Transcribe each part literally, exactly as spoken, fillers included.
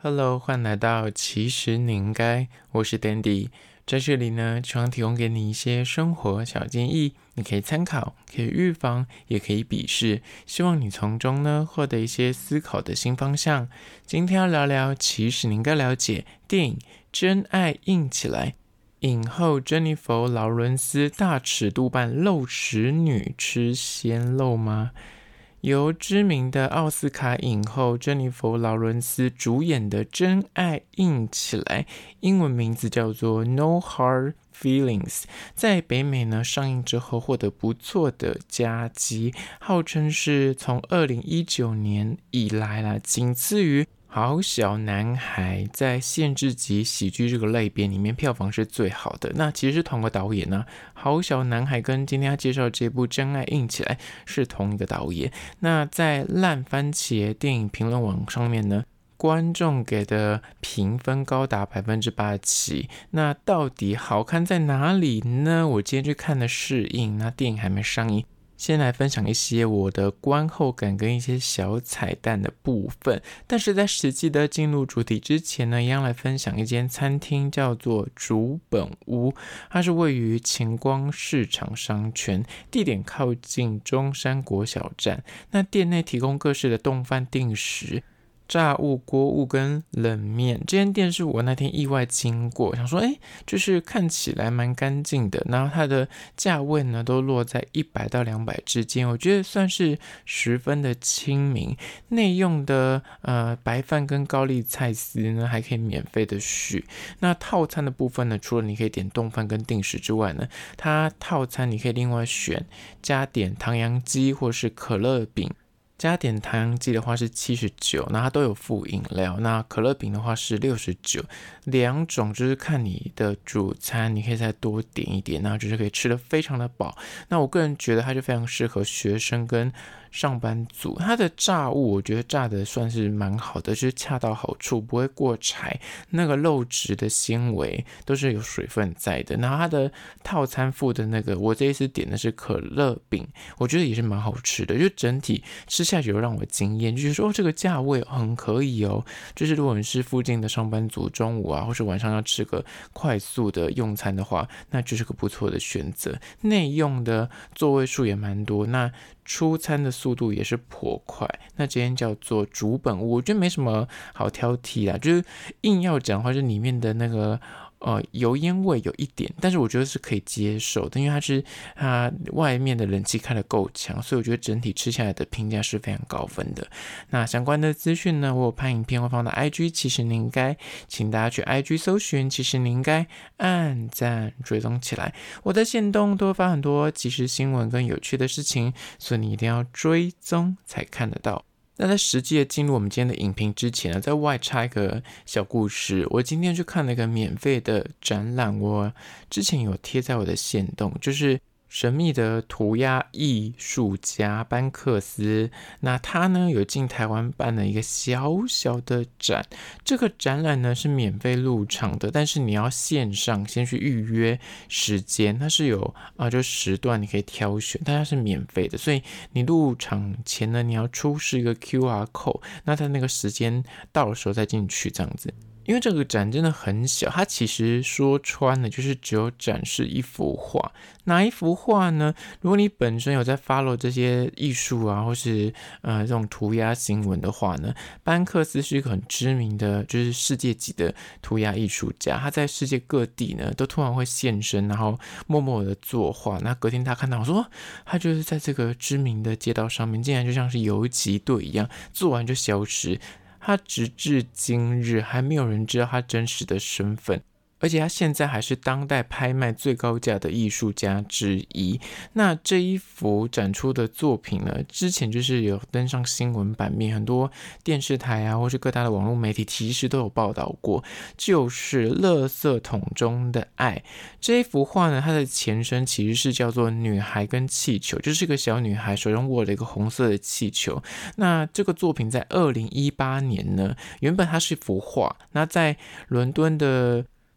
Hello，欢迎来到其实你应该，我是 Dandy， 在这里呢，希望提供给你一些生活小建议，你可以参考，可以预防，也可以鄙视，希望你从中呢获得一些思考的新方向。今天要聊聊，其实你应该了解电影《真爱硬起来》。影后珍妮佛·劳伦斯大尺度扮肉食女吃鲜肉吗？由知名的奥斯卡影后珍妮佛·劳伦斯主演的《真爱硬起来》，英文名字叫做 No Hard Feelings， 在北美呢上映之后获得不错的佳绩，号称是从二零一九年以来啦，仅次于好小男孩在限制级喜剧这个类别里面票房是最好的。那其实是同个导演啊，好小男孩跟今天要介绍这部真爱硬起来是同一个导演。那在烂番茄电影评论网上面呢，观众给的评分高达 百分之八十七， 那到底好看在哪里呢？我今天去看了试映，那电影还没上映，先来分享一些我的观后感跟一些小彩蛋的部分。但是在实际的进入主题之前呢，一样来分享一间餐厅，叫做竹本屋，它是位于晴光市场商圈，地点靠近中山国小站。那店内提供各式的冻饭定食、炸物、锅物跟冷面。这间店是我那天意外经过，想说哎，就是看起来蛮干净的，然后它的价位呢都落在一百到两百之间，我觉得算是十分的亲民。内用的呃白饭跟高丽菜丝呢还可以免费的续。那套餐的部分呢，除了你可以点冻饭跟定食之外呢，它套餐你可以另外选加点唐扬鸡或是可乐饼。加点唐扬鸡的话是七十九，那它都有附饮料。那可乐饼的话是六十九，两种就是看你的主餐，你可以再多点一点，那就是可以吃得非常的饱。那我个人觉得它就非常适合学生跟上班族。它的炸物我觉得炸的算是蛮好的，就是恰到好处，不会过柴，那个肉质的纤维都是有水分在的。然后它的套餐附的那个，我这一次点的是可乐饼，我觉得也是蛮好吃的，就整体吃下去有让我惊艳，就是说、哦、这个价位很可以哦。就是如果你是附近的上班族，中午啊或是晚上要吃个快速的用餐的话，那就是个不错的选择。内用的座位数也蛮多，那出餐的速度也是颇快。那这间叫做竹本屋，我觉得没什么好挑剔啦，就是硬要讲的话，就里面的那个呃，油烟味有一点，但是我觉得是可以接受的，因为它是它外面的冷气开得够强，所以我觉得整体吃下来的评价是非常高分的。那相关的资讯呢，我有拍影片会放到 I G， 其实你应该请大家去 I G 搜寻，其实你应该按赞追踪起来。我在限动都会发很多即时新闻跟有趣的事情，所以你一定要追踪才看得到。那在实际的进入我们今天的影评之前呢，在外插一个小故事。我今天去看了一个免费的展览，我之前有贴在我的限动，就是神秘的涂鸦艺术家班克斯。那他呢有进台湾办了一个小小的展，这个展览呢是免费入场的，但是你要线上先去预约时间，它是有啊、呃，就时段你可以挑选，但它是免费的，所以你入场前呢，你要出示一个 Q R code， 那在那个时间到的时候再进去这样子。因为这个展真的很小，它其实说穿了就是只有展示一幅画。哪一幅画呢？如果你本身有在 follow 这些艺术啊，或是呃这种涂鸦新闻的话呢，班克斯是一个很知名的，就是世界级的涂鸦艺术家。他在世界各地呢都突然会现身，然后默默的作画。那隔天他看到我说，他就是在这个知名的街道上面，竟然就像是游击队一样，做完就消失。他直至今日还没有人知道他真实的身份，而且他现在还是当代拍卖最高价的艺术家之一。那这一幅展出的作品呢，之前就是有登上新闻版面，很多电视台啊或是各大的网络媒体其实都有报道过，就是垃圾桶中的爱。这一幅画呢，它的前身其实是叫做女孩跟气球，就是一个小女孩手中握了一个红色的气球。那这个作品在二零一八年呢，原本它是一幅画，那在伦敦的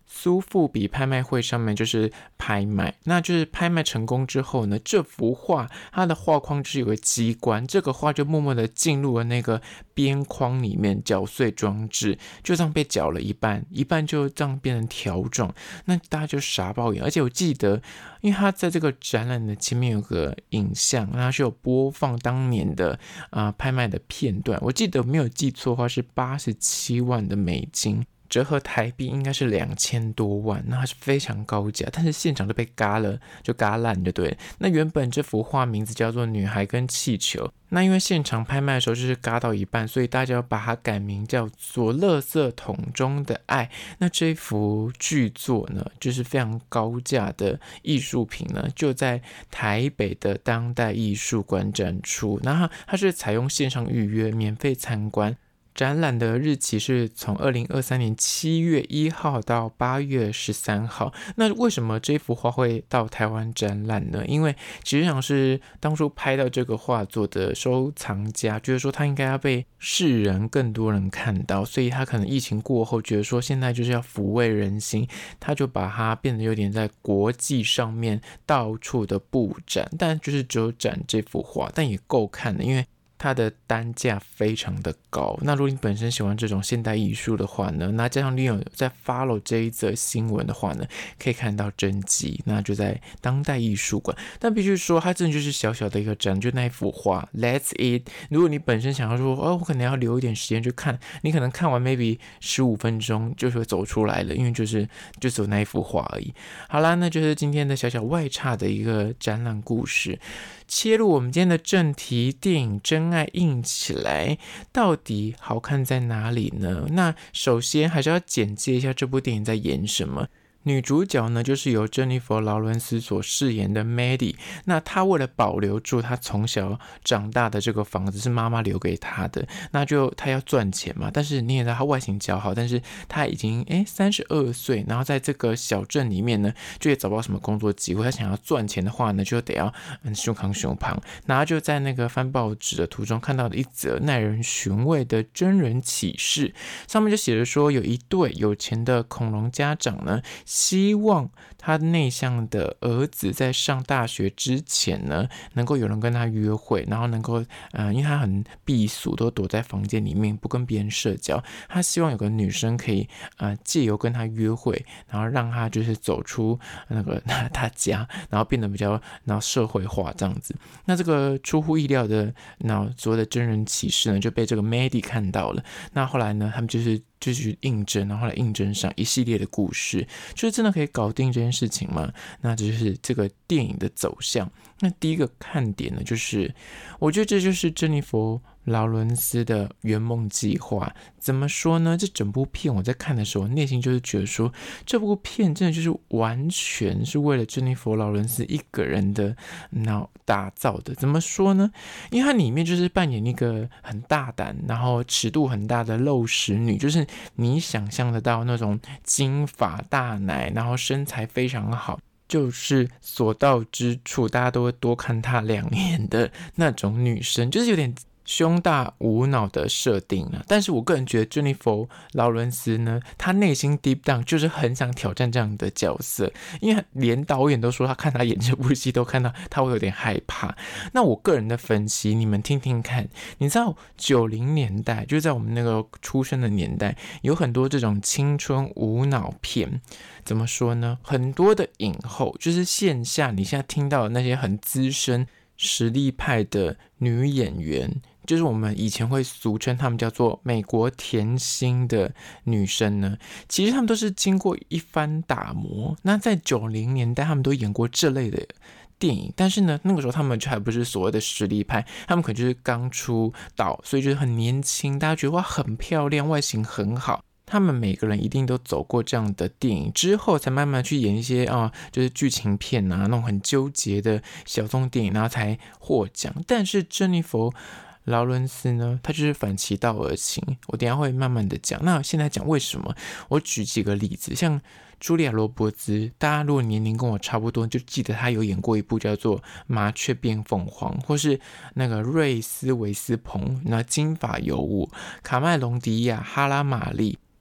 苏富比拍卖会上面就是拍卖，那就是拍卖成功之后呢，这幅画它的画框就是有个机关，这个画就默默的进入了那个边框里面，搅碎装置就这样被搅了一半，一半就这样变成条状，那大家就傻爆眼。而且我记得，因为它在这个展览的前面有个影像，它是有播放当年的啊、呃、拍卖的片段，我记得没有记错的话是八十七万的美金。折合台币应该是两千多万，那它是非常高价，但是现场就被嘎了，就嘎烂就对了。那原本这幅画名字叫做《女孩跟气球》，那因为现场拍卖的时候就是嘎到一半，所以大家要把它改名叫做《垃圾桶中的爱》。那这幅巨作呢，就是非常高价的艺术品呢，就在台北的当代艺术馆展出。那它它是采用线上预约，免费参观。展览的日期是从二零二三年七月一号到八月十三号。那为什么这幅画会到台湾展览呢？因为其实上是当初拍到这个画作的收藏家觉得说他应该要被世人更多人看到，所以他可能疫情过后觉得说现在就是要抚慰人心，他就把它变得有点在国际上面到处的布展，但就是只有展这幅画，但也够看的，因为它的单价非常的高。那如果你本身喜欢这种现代艺术的话呢，那加上你有在 follow 这一则新闻的话呢，可以看到真迹，那就在当代艺术馆。但必须说它真的就是小小的一个展，就那一幅画 That's it。 如果你本身想要说哦，我可能要留一点时间去看，你可能看完 maybe 十五分钟就会走出来了，因为就是就只有那一幅画而已。好啦，那就是今天的小小外差的一个展览故事。切入我们今天的正题，电影《真爱硬起来》到底好看在哪里呢？那首先还是要简介一下这部电影在演什么。女主角呢，就是由珍妮佛·劳伦斯所饰演的 Maddie。那她为了保留住她从小长大的这个房子，是妈妈留给她的，那就她要赚钱嘛。但是你也知道，她外形姣好，但是她已经诶三十二岁，然后在这个小镇里面呢，就也找不到什么工作机会。她想要赚钱的话呢，就得要嗯胸扛胸庞。然后就在那个翻报纸的途中看到了一则耐人寻味的真人启事，上面就写着说，有一对有钱的恐龙家长呢，希望他内向的儿子在上大学之前呢，能够有人跟他约会，然后能够，呃，因为他很避俗，都躲在房间里面，不跟别人社交。他希望有个女生可以，呃，借由跟他约会，然后让他就是走出那个他家，然后变得比较，然后社会化这样子。那这个出乎意料的，然后所谓的真人启事呢，就被这个 Maddie 看到了。那后来呢，他们就是就去应征，然后后来应征上一系列的故事，就是真的可以搞定这件事情吗？那这就是这个电影的走向。那第一个看点呢，就是我觉得这就是珍妮佛劳伦斯的圆梦计划。怎么说呢？这整部片我在看的时候，内心就是觉得说，这部片真的就是完全是为了珍妮佛劳伦斯一个人的脑打造的。怎么说呢？因为它里面就是扮演一个很大胆，然后尺度很大的肉食女，就是你想象得到那种金发大奶，然后身材非常好，就是所到之处大家都会多看她两眼的那种女生，就是有点胸大无脑的设定啊。但是我个人觉得珍妮佛劳伦斯呢，她内心 deep down 就是很想挑战这样的角色，因为连导演都说他看他演这部戏都看到他会有点害怕。那我个人的分析，你们听听看。你知道九零年代，就是在我们那个出生的年代，有很多这种青春无脑片，怎么说呢？很多的影后，就是线下你现在听到的那些很资深实力派的女演员，就是我们以前会俗称他们叫做美国甜心的女生呢，其实他们都是经过一番打磨。那在九零年代他们都演过这类的电影，但是呢那个时候他们就还不是所谓的实力派，他们可能就是刚出道，所以就是很年轻，大家觉得哇很漂亮，外形很好。他们每个人一定都走过这样的电影之后，才慢慢去演一些啊，就是剧情片啊，那种很纠结的小众电影，然后才获奖。但是珍妮佛劳伦斯呢，他就是反其道而行，我等一下会慢慢的讲。那现在讲为什么，我举几个例子，像茱莉亚·罗伯兹，大家如果年龄跟我差不多，就记得她有演过一部叫做《麻雀变凤凰》，或是那个瑞斯·维斯彭，那金发尤物，卡麦隆·迪亚、哈拉·玛丽。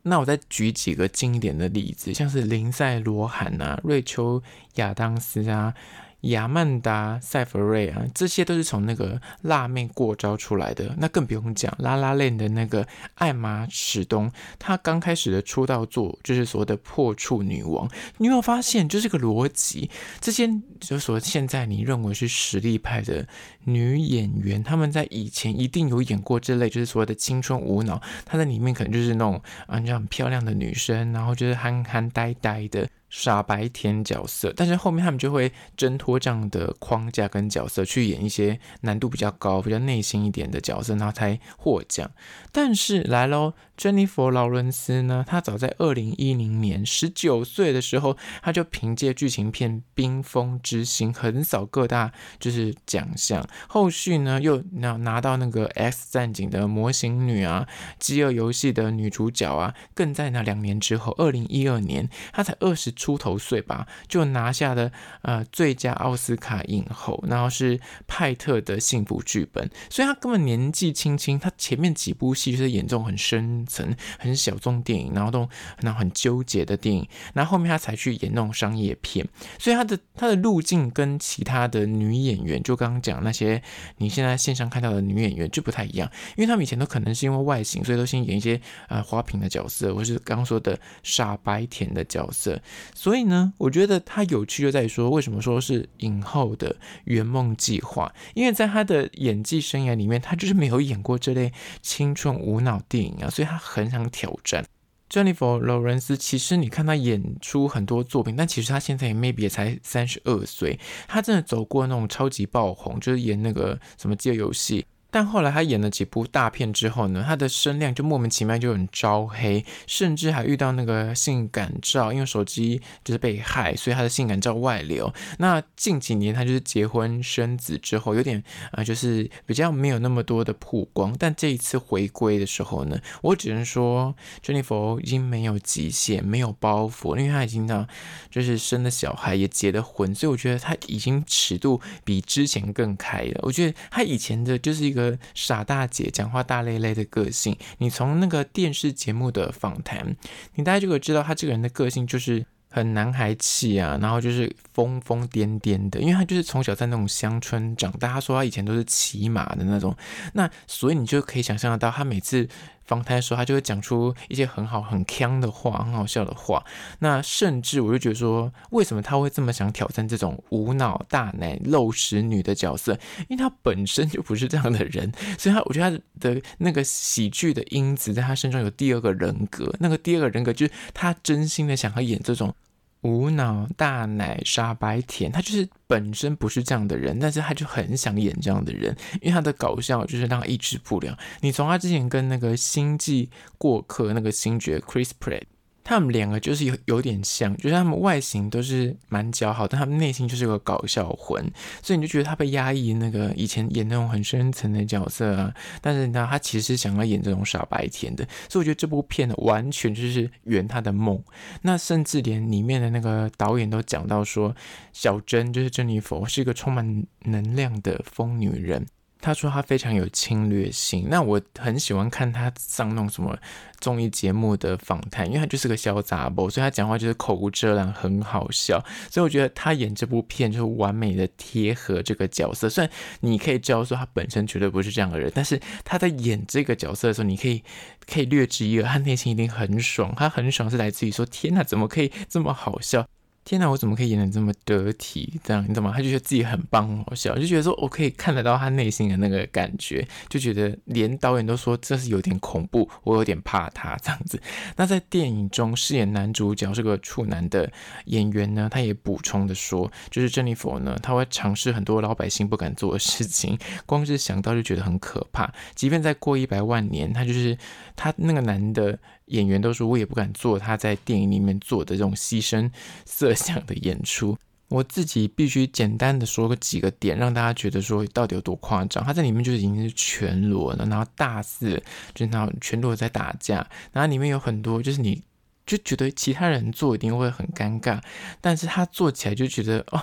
那我再举几个经典的例子，像是林赛·罗韩啊、瑞秋·亚当斯啊、亚曼达·塞弗瑞啊，这些都是从那个辣妹过招出来的。那更不用讲拉拉链的那个艾玛·史东，她刚开始的出道作就是所谓的破处女王。你有没有发现，就是个逻辑？这些就是说现在你认为是实力派的女演员，她们在以前一定有演过这类就是所谓的青春无脑，她在里面可能就是那种啊，你知道很漂亮的女生，然后就是憨憨呆呆的傻白甜角色，但是后面他们就会挣脱这样的框架跟角色，去演一些难度比较高、比较内心一点的角色，然后才获奖。但是来咯，珍妮佛·劳伦斯呢，她早在二零一零年十九岁的时候，她就凭借剧情片《冰封之星》横扫各大就是奖项。后续呢，又拿拿到那个《X 战警》的模型女啊，《饥饿游戏》的女主角啊，更在那两年之后，二零一二年，她才二十出头岁吧，就拿下了呃最佳奥斯卡影后，然后是派特的幸福剧本。所以她根本年纪轻轻，她前面几部戏就是演这种很深层、很小众电影，然后都然后很纠结的电影，然后后面她才去演那种商业片。所以她的她的路径跟其他的女演员，就刚刚讲那些你现在线上看到的女演员就不太一样，因为他们以前都可能是因为外形，所以都先演一些呃花瓶的角色，或是刚刚说的傻白甜的角色。所以呢，我觉得她有趣就在于说，为什么说是影后的圆梦计划？因为在她的演技生涯里面，她就是没有演过这类青春无脑电影啊，所以她很想挑战。珍妮佛·劳伦斯，其实你看她演出很多作品，但其实她现在也 maybe 也才三十二岁，她真的走过那种超级爆红，就是演那个什么饥饿游戏。但后来他演了几部大片之后呢，他的声量就莫名其妙就很招黑，甚至还遇到那个性感照，因为手机就是被害，所以他的性感照外流。那近几年他就是结婚生子之后，有点啊、呃，就是比较没有那么多的曝光。但这一次回归的时候呢，我只能说珍妮佛已经没有极限，没有包袱，因为他已经到就是生了小孩，也结了婚，所以我觉得他已经尺度比之前更开了。我觉得他以前的就是一个傻大姐讲话大咧咧的个性，你从那个电视节目的访谈，你大概就可以知道他这个人的个性就是很男孩气啊，然后就是疯疯癫癫的，因为他就是从小在那种乡村长大，他说他以前都是骑马的那种，那所以你就可以想象得到，他每次访谈的时候，他就会讲出一些很好很鏘的话，很好笑的话。那甚至我就觉得说，为什么他会这么想挑战这种无脑大奶肉食女的角色？因为他本身就不是这样的人，所以他我觉得他的那个喜剧的因子在他身上有第二个人格，那个第二个人格就是他真心的想要演这种无脑大奶傻白甜，他就是本身不是这样的人，但是他就很想演这样的人，因为他的搞笑就是让他抑制不了。你从他之前跟那个星际过客那个星爵 Chris Pratt，他们两个就是有有点像，就是他们外形都是蛮姣好，但他们内心就是有个搞笑魂，所以你就觉得他被压抑那个以前演那种很深层的角色啊，但是呢，他其实想要演这种傻白甜的，所以我觉得这部片呢完全就是圆他的梦。那甚至连里面的那个导演都讲到说，小珍就是珍妮佛是一个充满能量的疯女人。他说他非常有侵略性，那我很喜欢看他上那种什么综艺节目的访谈，因为他就是个小杂包，所以他讲话就是口无遮拦，很好笑。所以我觉得他演这部片就是完美的贴合这个角色。虽然你可以知道说他本身绝对不是这样的人，但是他在演这个角色的时候，你可以可以略知一二，他内心一定很爽。他很爽是来自于说，天哪，怎么可以这么好笑？天哪，我怎么可以演得这么得体？这样你知道吗？他就觉得自己很棒，很好笑，就觉得说我可以看得到他内心的那个感觉，就觉得连导演都说这是有点恐怖，我有点怕他这样子。那在电影中饰演男主角这个处男的演员呢，他也补充的说，就是珍妮佛呢，他会尝试很多老百姓不敢做的事情，光是想到就觉得很可怕。即便再过一百万年，他就是他那个男的演员都说，我也不敢做他在电影里面做的这种牺牲色想的演出。我自己必须简单的说个几个点，让大家觉得说到底有多夸张。他在里面就已经是全裸了，然后大肆就是那全裸在打架，然后里面有很多就是你就觉得其他人做一定会很尴尬，但是他做起来就觉得哦，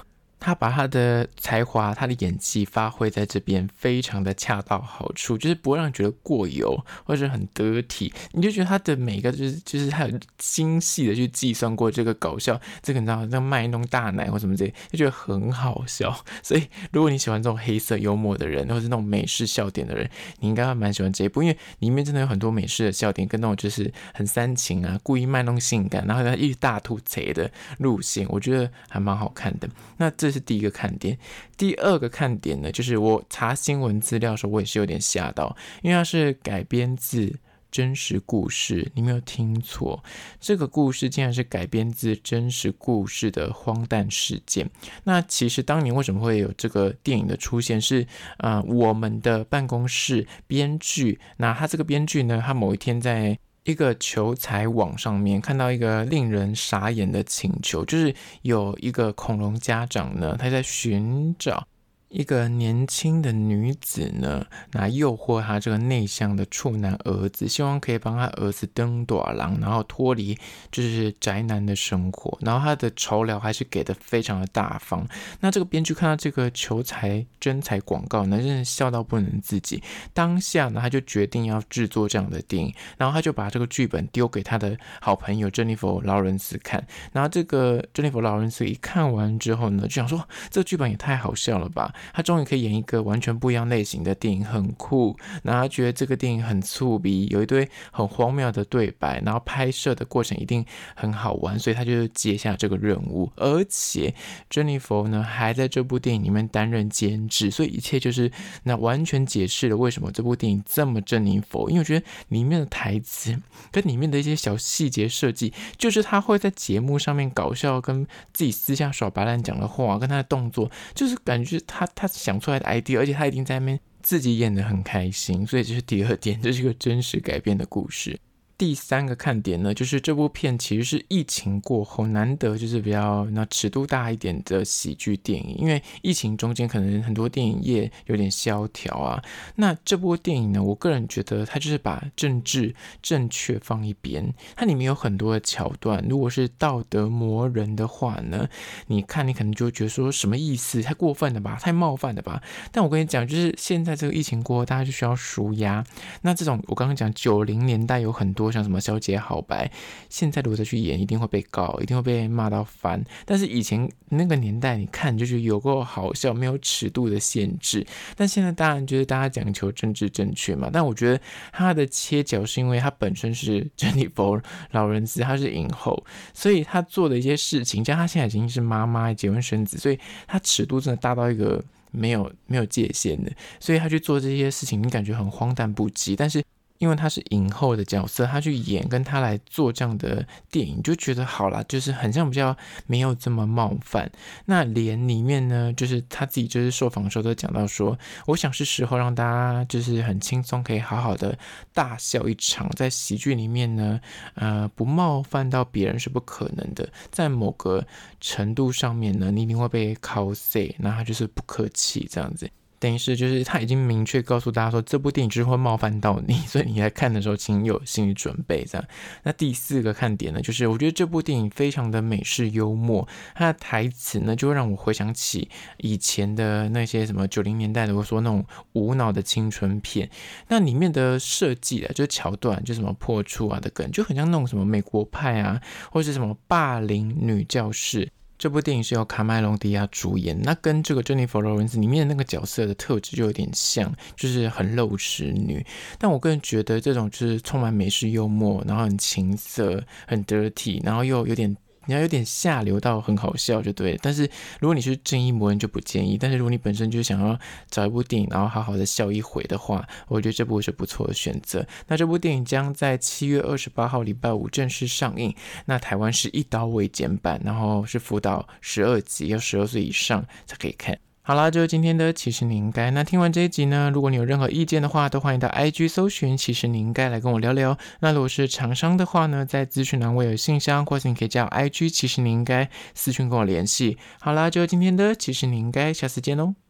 他把他的才华、他的演技发挥在这边，非常的恰到好处，就是不会让人觉得过油或者很得体，你就觉得他的每个就是就是他有精细的去计算过这个搞笑，这个你知道像卖弄大奶或什么之类，就觉得很好笑。所以如果你喜欢这种黑色幽默的人，或是那种美式笑点的人，你应该会蛮喜欢这一部，因为里面真的有很多美式的笑点，跟那种就是很煽情啊，故意卖弄性感，然后他一直大吐槽的路线，我觉得还蛮好看的。那这是第一个看点。第二个看点呢，就是我查新闻资料的时候，我也是有点吓到，因为它是改编自真实故事，你没有听错，这个故事竟然是改编自真实故事的荒诞事件。那其实当年为什么会有这个电影的出现是，呃，我们的办公室编剧，那他这个编剧呢，他某一天在一个求财网上面看到一个令人傻眼的请求，就是有一个恐龙家长呢，他在寻找一个年轻的女子呢，来诱惑他这个内向的处男儿子，希望可以帮他儿子登大人，然后脱离就是宅男的生活。然后他的酬劳还是给的非常的大方。那这个编剧看到这个求财征才广告呢，真的笑到不能自己。当下呢，他就决定要制作这样的电影，然后他就把这个剧本丢给他的好朋友珍妮佛·劳伦斯看。然后这个珍妮佛·劳伦斯一看完之后呢，就想说，这个剧本也太好笑了吧！他终于可以演一个完全不一样类型的电影，很酷。然后他觉得这个电影很粗鄙，有一堆很荒谬的对白，然后拍摄的过程一定很好玩，所以他就接下这个任务。而且珍妮佛呢还在这部电影里面担任监制，所以一切就是那完全解释了为什么这部电影这么珍妮佛。因为我觉得里面的台词跟里面的一些小细节设计，就是他会在节目上面搞笑，跟自己私下耍白烂讲的话，跟他的动作，就是感觉他他想出来的 idea， 而且他一定在那边自己演得很开心，所以这是第二点，这是一个真实改编的故事。第三个看点呢，就是这部片其实是疫情过后难得就是比较那尺度大一点的喜剧电影，因为疫情中间可能很多电影业有点萧条啊。那这部电影呢，我个人觉得它就是把政治正确放一边，它里面有很多的桥段，如果是道德魔人的话呢，你看你可能就会觉得说什么意思，太过分了吧，太冒犯了吧。但我跟你讲，就是现在这个疫情过后，大家就需要抒压。那这种我刚刚讲九零年代有很多像什么小姐好白，现在如果再去演一定会被告，一定会被骂到翻。但是以前那个年代你看就是有够好笑，没有尺度的限制。但现在当然就是大家讲求政治正确嘛，但我觉得他的切角是因为他本身是珍妮佛·劳伦斯，他是影后，所以他做的一些事情，加上他现在已经是妈妈结婚生子，所以他尺度真的大到一个没有没有界限的，所以他去做这些事情你感觉很荒诞不羁，但是因为他是影后的角色，他去演跟他来做这样的电影，就觉得好啦，就是很像比较没有这么冒犯。那连里面呢，就是他自己就是受访的时候都讲到说，我想是时候让大家就是很轻松，可以好好的大笑一场。在喜剧里面呢，呃，不冒犯到别人是不可能的，在某个程度上面呢，你一定会被 cos， 那他就是不客气这样子。等于是就是他已经明确告诉大家说这部电影就是会冒犯到你，所以你在看的时候请有心理准备这样。那第四个看点呢，就是我觉得这部电影非常的美式幽默，它的台词呢就会让我回想起以前的那些什么九零年代的我说那种无脑的青春片，那里面的设计啊，就是桥段，就什么破处啊的梗，就很像那种什么美国派啊，或是什么霸凌女教室。这部电影是由卡麦隆·迪亚主演，那跟这个珍妮佛·劳伦斯里面的那个角色的特质就有点像，就是很肉食女。但我个人觉得这种就是充满美式幽默，然后很情色、很 dirty， 然后又有点你要有点下流到很好笑就对了。但是如果你是正义魔人就不建议，但是如果你本身就想要找一部电影然后好好的笑一回的话，我觉得这部是不错的选择。那这部电影将在七月二十八号礼拜五正式上映，那台湾是一刀未剪版，然后是辅导十二集，要十二岁以上才可以看。好啦，就是今天的其实你应该。那听完这一集呢，如果你有任何意见的话，都欢迎到 I G 搜寻其实你应该来跟我聊聊。那如果是厂商的话呢，在资讯栏我有信箱，或是你可以加 I G 其实你应该私讯跟我联系。好啦，就今天的其实你应该，下次见咯。